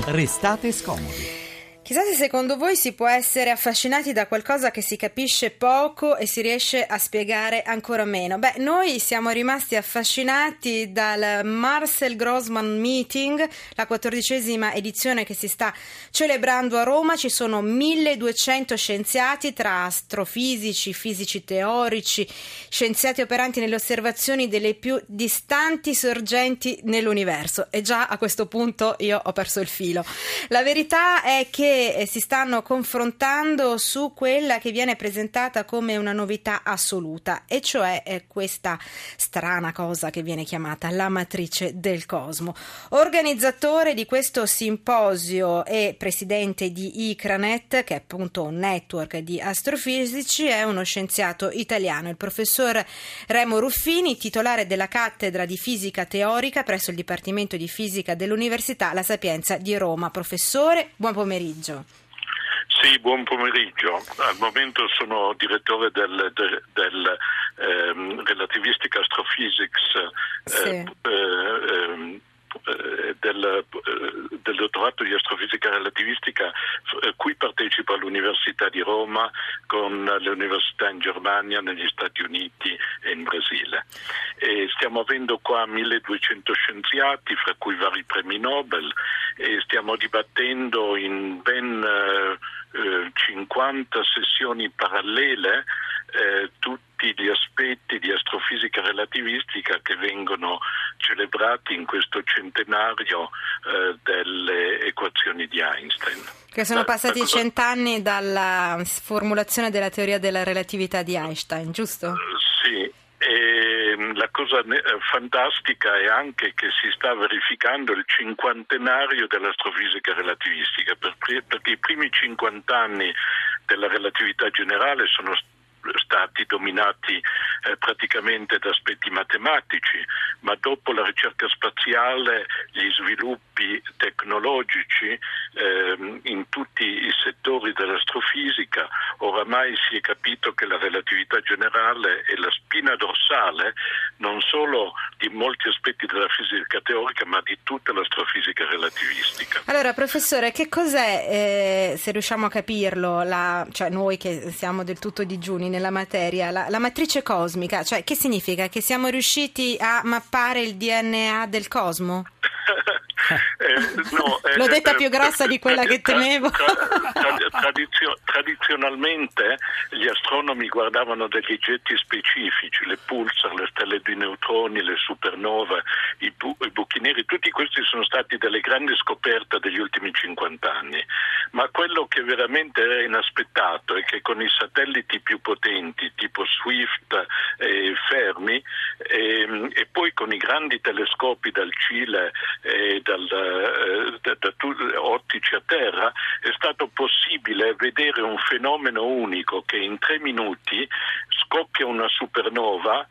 Restate scomodi. Chissà se secondo voi si può essere affascinati da qualcosa che si capisce poco e si riesce a spiegare ancora meno. Noi siamo rimasti affascinati dal Marcel Grossman Meeting, la 14ª edizione che si sta celebrando a Roma. Ci sono 1200 scienziati tra astrofisici, fisici teorici, scienziati operanti nelle osservazioni delle più distanti sorgenti nell'universo. E già a questo punto io ho perso il filo. La verità è che si stanno confrontando su quella che viene presentata come una novità assoluta, e cioè questa strana cosa che viene chiamata la matrice del cosmo. Organizzatore di questo simposio e presidente di ICRANET, che è appunto un network di astrofisici, è uno scienziato italiano, il professor Remo Ruffini, titolare della cattedra di fisica teorica presso il Dipartimento di Fisica dell'Università La Sapienza di Roma. Professore, buon pomeriggio. Sì, buon pomeriggio. Al momento sono direttore del Relativistic Astrophysics del dottorato di astrofisica relativistica, cui partecipa all'Università di Roma con le università in Germania, negli Stati Uniti e in Brasile. E stiamo avendo qua 1200 scienziati, fra cui vari premi Nobel, e stiamo dibattendo in ben 50 sessioni parallele tutti gli aspetti di astrofisica relativistica che vengono celebrati in questo centenario delle equazioni di Einstein. Che sono passati 100 anni dalla formulazione della teoria della relatività di Einstein, giusto? Sì. E la cosa fantastica è anche che si sta verificando il cinquantenario dell'astrofisica relativistica, perché i primi 50 anni della relatività generale sono stati dominati praticamente da aspetti matematici, ma dopo la ricerca spaziale, gli sviluppi tecnologici in tutti i settori dell'astrofisica, oramai si è capito che la relatività generale è la spina dorsale non solo di molti aspetti della fisica teorica, ma di tutta l'astrofisica relativistica. Allora, professore, che cos'è, se riusciamo a capirlo, cioè noi che siamo del tutto digiuni nella materia, la matrice cosmica, cioè che significa? Che siamo riusciti a mappare il DNA del cosmo? No, l'ho detta più grossa di quella che temevo. Tradizionalmente gli astronomi guardavano degli oggetti specifici, le pulsar, le stelle di neutroni, le supernova, i buchi neri. Tutti questi sono stati delle grandi scoperte degli ultimi 50 anni, ma quello che veramente era inaspettato è che con i satelliti più potenti tipo Swift e Fermi e poi con i grandi telescopi dal Cile e ottici a terra è stato possibile vedere un fenomeno unico, che in 3 minuti scoppia una supernova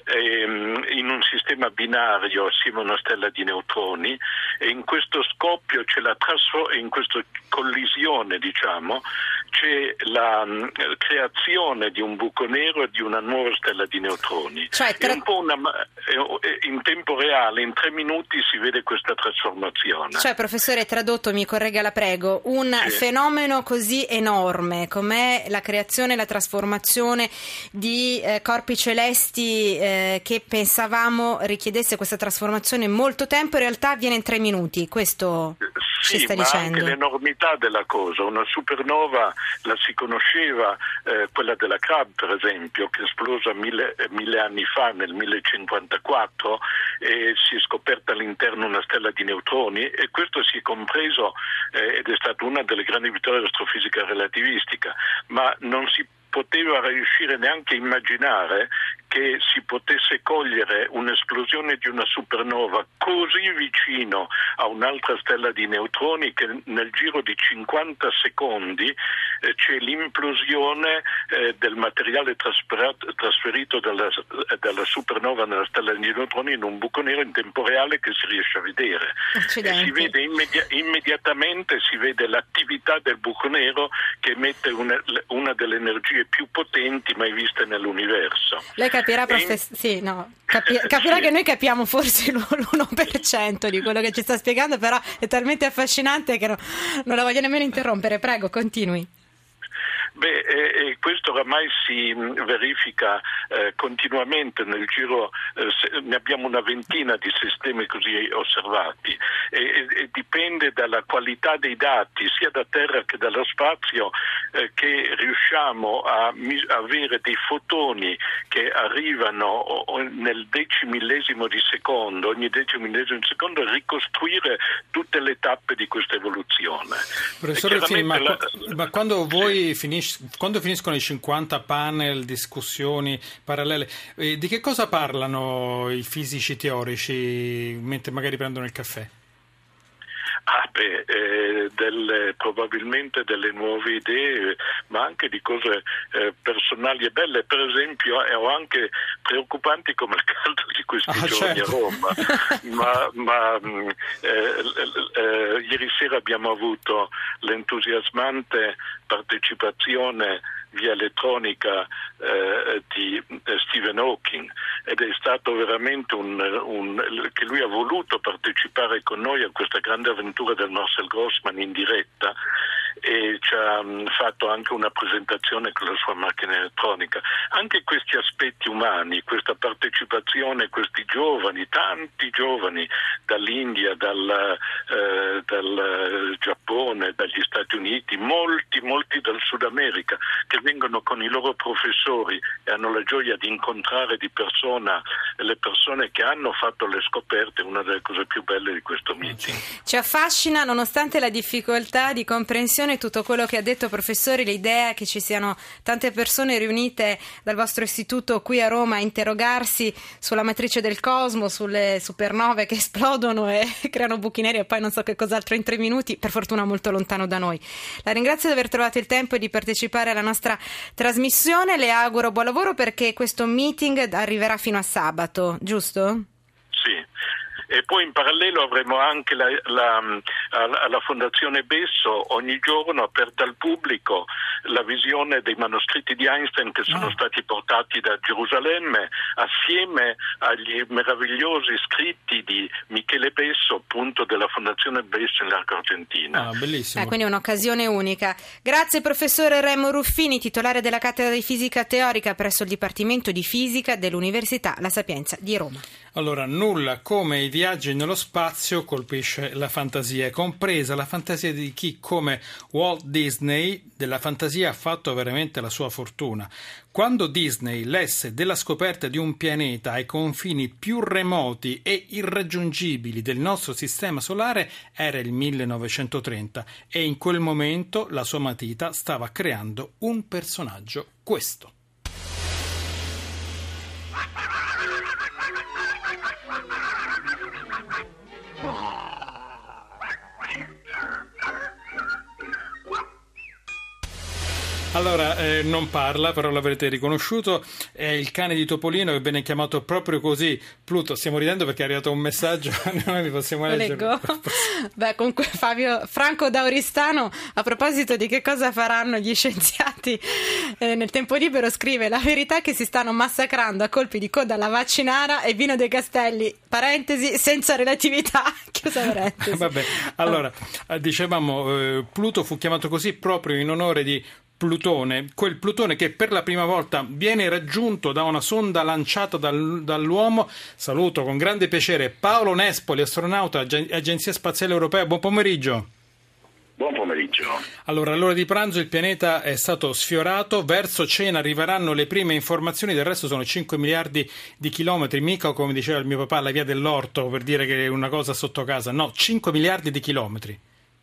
in un sistema binario assieme a una stella di neutroni, e in questo scoppio in questa collisione c'è la creazione di un buco nero e di una nuova stella di neutroni. Cioè, in tempo reale, in 3 minuti si vede questa trasformazione. Cioè, professore, tradotto, mi corregga la prego, un fenomeno così enorme com'è la creazione e la trasformazione di corpi celesti che pensavamo richiedesse questa trasformazione molto tempo, in realtà avviene in 3 minuti, questo ci sta dicendo? Anche l'enormità della cosa. Una supernova la si conosceva, quella della Crab per esempio, che è esplosa mille anni fa, nel 1054, e si è scoperta all'interno una stella di neutroni, e questo si è compreso ed è stata una delle grandi vittorie dell'astrofisica relativistica, ma non si poteva riuscire neanche a immaginare che si potesse cogliere un'esplosione di una supernova così vicino a un'altra stella di neutroni che nel giro di 50 secondi c'è l'implosione del materiale trasferito dalla supernova nella stella di neutroni in un buco nero in tempo reale che si riesce a vedere. E si vede immediatamente si vede l'attività del buco nero che emette una delle energie più potenti mai viste nell'universo. Lei capirà, capirà che noi capiamo forse l'1% di quello che ci sta spiegando, però è talmente affascinante che non la voglio nemmeno interrompere. Prego, continui. Questo oramai si verifica continuamente nel giro, ne abbiamo una ventina di sistemi così osservati e dipende dalla qualità dei dati sia da terra che dallo spazio che riusciamo a avere dei fotoni che arrivano nel decimillesimo di secondo, ogni decimillesimo di secondo, e ricostruire tutte le tappe di questa evoluzione. Professore Ruffini, ma quando finiscono i 50 panel, discussioni parallele, di che cosa parlano i fisici teorici mentre magari prendono il caffè? Probabilmente delle nuove idee, ma anche di cose personali e belle, per esempio, o anche preoccupanti come il caldo di questi giorni, certo, a Roma. ma ieri sera abbiamo avuto l'entusiasmante partecipazione via elettronica di Stephen Hawking, ed è stato veramente che lui ha voluto partecipare con noi a questa grande avventura del Marcel Grossman in diretta, e ci ha fatto anche una presentazione con la sua macchina elettronica. Anche questi aspetti umani, questa partecipazione, questi giovani, tanti giovani dall'India, dal Giappone, dagli Stati Uniti, molti dal Sud America, che vengono con i loro professori e hanno la gioia di incontrare di persona le persone che hanno fatto le scoperte, una delle cose più belle di questo meeting. Ci affascina, nonostante la difficoltà di comprensione, tutto quello che ha detto, professore, l'idea che ci siano tante persone riunite dal vostro istituto qui a Roma a interrogarsi sulla matrice del cosmo, sulle supernove che esplodono e creano buchi neri e poi non so che cos'altro in 3 minuti, per fortuna molto lontano da noi. La ringrazio di aver trovato il tempo e di partecipare alla nostra trasmissione, le auguro buon lavoro perché questo meeting arriverà fino a sabato, giusto? Sì. E poi in parallelo avremo anche alla Fondazione Besso ogni giorno aperta al pubblico la visione dei manoscritti di Einstein che sono stati portati da Gerusalemme assieme agli meravigliosi scritti di Michele Besso, appunto della Fondazione Besso in Largo Argentina. Bellissimo. Quindi è un'occasione unica. Grazie professore Remo Ruffini, titolare della cattedra di fisica teorica presso il Dipartimento di Fisica dell'Università La Sapienza di Roma. Allora, nulla come i viaggi nello spazio colpisce la fantasia, compresa la fantasia di chi, come Walt Disney, della fantasia ha fatto veramente la sua fortuna. Quando Disney lesse della scoperta di un pianeta ai confini più remoti e irraggiungibili del nostro sistema solare, era il 1930 e in quel momento la sua matita stava creando un personaggio, questo. Allora, non parla, però l'avrete riconosciuto, è il cane di Topolino che viene chiamato proprio così, Pluto. Stiamo ridendo perché è arrivato un messaggio, noi vi possiamo leggere. Leggo. Comunque Franco da Oristano, a proposito di che cosa faranno gli scienziati nel tempo libero, scrive: la verità è che si stanno massacrando a colpi di coda alla vaccinara e vino dei Castelli, parentesi, senza relatività, chiusa parentesi. Vabbè, allora, dicevamo, Pluto fu chiamato così proprio in onore di Plutone, quel Plutone che per la prima volta viene raggiunto da una sonda lanciata dall'uomo. Saluto con grande piacere Paolo Nespoli, astronauta, Agenzia Spaziale Europea. Buon pomeriggio. Buon pomeriggio. Allora, all'ora di pranzo il pianeta è stato sfiorato, verso cena arriveranno le prime informazioni, del resto sono 5 miliardi di chilometri, mica come diceva il mio papà la via dell'orto per dire che è una cosa sotto casa, no, 5 miliardi di chilometri.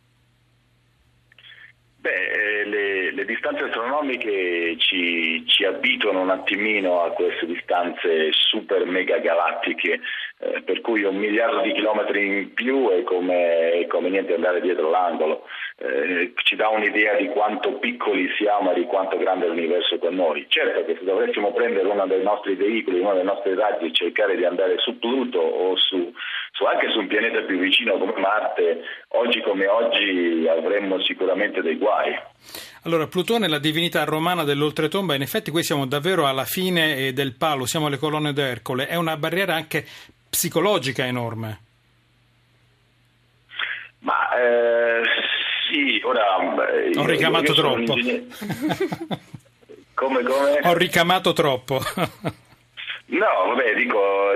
Le distanze astronomiche ci abituano un attimino a queste distanze super mega galattiche, per cui 1 miliardo di chilometri in più è come niente andare dietro l'angolo. Ci dà un'idea di quanto piccoli siamo e di quanto grande è l'universo con noi. Certo che se dovessimo prendere uno dei nostri veicoli, uno dei nostri razzi e cercare di andare su Pluto o su anche su un pianeta più vicino come Marte, oggi come oggi avremmo sicuramente dei guai. Allora, Plutone è la divinità romana dell'oltretomba, in effetti qui siamo davvero alla fine del palo, siamo alle colonne d'Ercole, è una barriera anche psicologica enorme. Ma sì, ora... Ho ricamato troppo. Come? Ho ricamato troppo. No, vabbè, dico,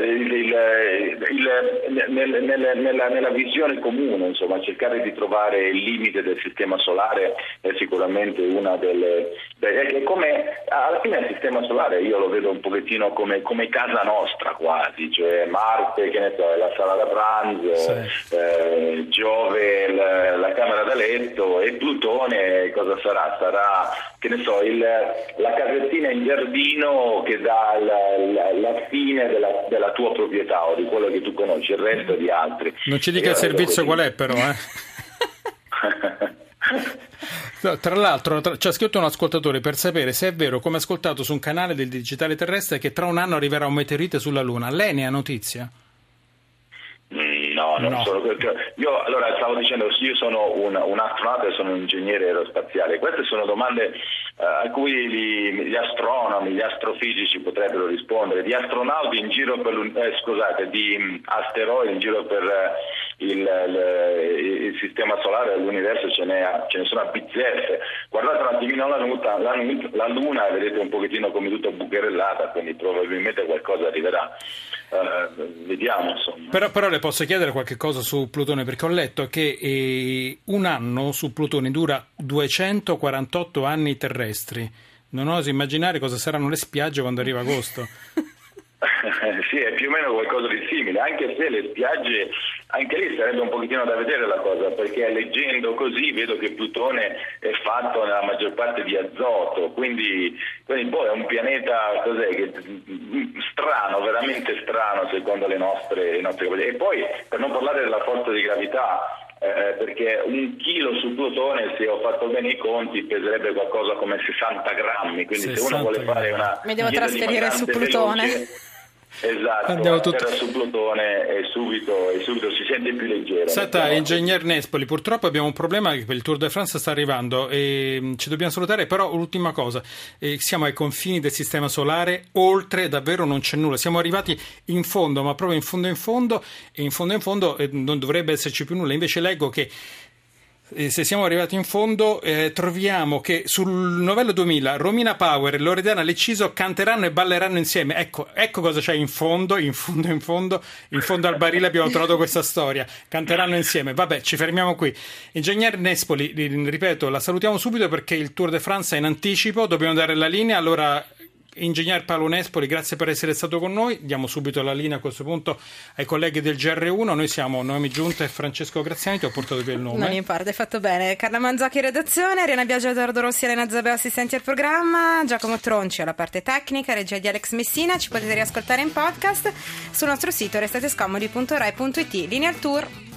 nella visione comune, insomma, cercare di trovare il limite del sistema solare è sicuramente una delle... come alla fine il sistema solare io lo vedo un pochettino come casa nostra quasi, cioè Marte, che ne so, è la sala da pranzo, sì. Giove la camera da letto, e Plutone cosa sarà? Sarà, che ne so, la casettina in giardino che dà la fine della tua proprietà o di quello che tu conosci, il resto di altri. Non ci dica il servizio qual è, però, No, tra l'altro ci ha scritto un ascoltatore per sapere se è vero, come ascoltato su un canale del Digitale Terrestre, che tra un anno arriverà un meteorite sulla Luna. Lei ne ha notizia? No, non solo perché io allora stavo dicendo, io sono un astronauta e sono un ingegnere aerospaziale. Queste sono domande a cui gli astronomi, gli astrofisici potrebbero rispondere. Di astronauti in giro per di asteroidi in giro per il sistema solare, l'universo ce ne sono a bizzeffe. Guardate un attimino la Luna e vedete un pochettino come tutto bucherellata, quindi probabilmente qualcosa arriverà. Vediamo, insomma. Però le posso chiedere qualche cosa su Plutone, perché ho letto che un anno su Plutone dura 248 anni terrestri. Non oso immaginare cosa saranno le spiagge quando arriva agosto. Sì, è più o meno qualcosa di simile, anche se le spiagge, anche lì sarebbe un pochettino da vedere la cosa, perché leggendo così vedo che Plutone è fatto nella maggior parte di azoto, quindi poi è un pianeta strano, veramente strano secondo le nostre capacità. E poi, per non parlare della forza di gravità, perché 1 chilo su Plutone, se ho fatto bene i conti, peserebbe qualcosa come 60 grammi, quindi se uno vuole fare una... Mi devo trasferire su Plutone. Veloce, esatto, era su Plutone e subito si sente più leggero. Senta, ingegner Nespoli, purtroppo abbiamo un problema, che il Tour de France sta arrivando e ci dobbiamo salutare, però l'ultima cosa, siamo ai confini del sistema solare, oltre davvero non c'è nulla, siamo arrivati in fondo, ma proprio in fondo non dovrebbe esserci più nulla. Invece leggo che se siamo arrivati in fondo, troviamo che sul Novello 2000 Romina Power e Loredana Lecciso canteranno e balleranno insieme. Ecco cosa c'è in fondo al barile abbiamo trovato questa storia. Canteranno insieme. Vabbè, ci fermiamo qui. Ingegner Nespoli, ripeto, la salutiamo subito perché il Tour de France è in anticipo, dobbiamo dare la linea. Allora, Ingegner Paolo Nespoli, grazie per essere stato con noi. Diamo subito la linea a questo punto ai colleghi del GR1. Noi siamo Noemi Giunta e Francesco Graziani. Ti ho portato via il nome. Non importa, hai fatto bene. Carla Manzacchi redazione, Ariana Biagio, Edoardo Rossi, Elena Zabeo assistenti al programma, Giacomo Tronci alla parte tecnica, regia di Alex Messina. Ci potete riascoltare in podcast sul nostro sito restatescomodi.rai.it. Linea al tour.